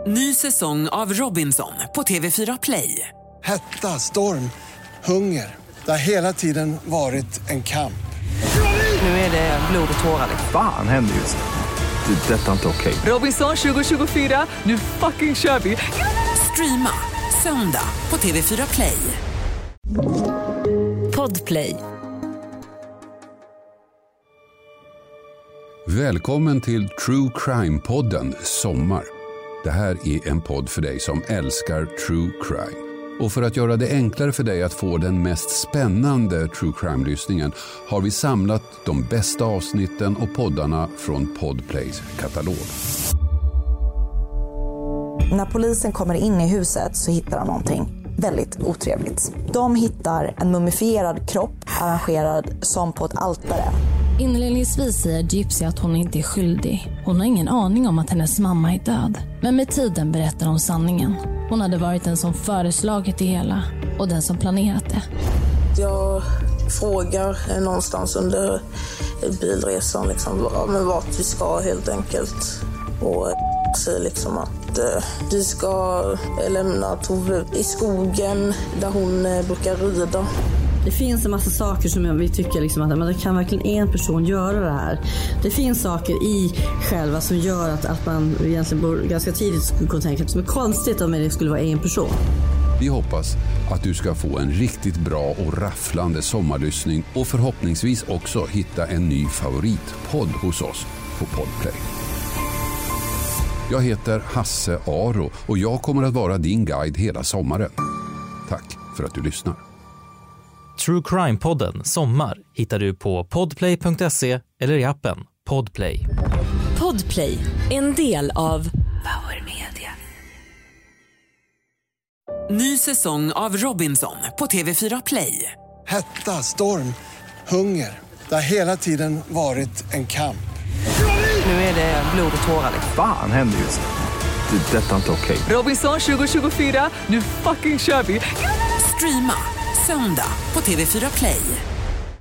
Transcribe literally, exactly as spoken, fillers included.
Ny säsong av Robinson på T V fyra Play. Hetta, storm, hunger. Det har hela tiden varit en kamp. Nu är det blod och tårar. Fan händer just det. Det är detta inte okej. Robinson tjugo tjugofyra, nu fucking kör vi. Streama söndag på T V fyra Play. Podplay. Välkommen till True Crime-podden Sommar. Det här är en podd för dig som älskar true crime. Och för att göra det enklare för dig att få den mest spännande true crime-lyssningen har vi samlat de bästa avsnitten och poddarna från Podplays katalog. När polisen kommer in i huset så hittar de någonting väldigt otrevligt. De hittar en mumifierad kropp arrangerad som på ett altare. Inledningsvis säger Gypsy att hon inte är skyldig. Hon har ingen aning om att hennes mamma är död. Men med tiden berättar hon sanningen. Hon hade varit den som föreslagit det hela och den som planerat det. Jag frågar någonstans under bilresan liksom, men vart vi ska helt enkelt. Och säger liksom att eh, vi ska lämna Tove i skogen där hon eh, brukar rida. Det finns en massa saker som vi tycker liksom att men det kan verkligen en person göra det här. Det finns saker i själva som gör att, att man egentligen bor ganska tidigt skulle kunna tänka att det är konstigt om det skulle vara en person. Vi hoppas att du ska få en riktigt bra och rafflande sommarlyssning och förhoppningsvis också hitta en ny favoritpodd hos oss på Podplay. Jag heter Hasse Aro och jag kommer att vara din guide hela sommaren. Tack för att du lyssnar. True Crime-podden Sommar hittar du på podplay punkt se eller i appen Podplay. Podplay, en del av Power Media. Ny säsong av Robinson på T V fyra Play. Hetta, storm, hunger. Det har hela tiden varit en kamp. Nu är det blod och tårar. Fan händer just det. Det är detta inte okej. Robinson tjugo tjugofyra, nu fucking kör vi. Streama söndag på T V fyra Play.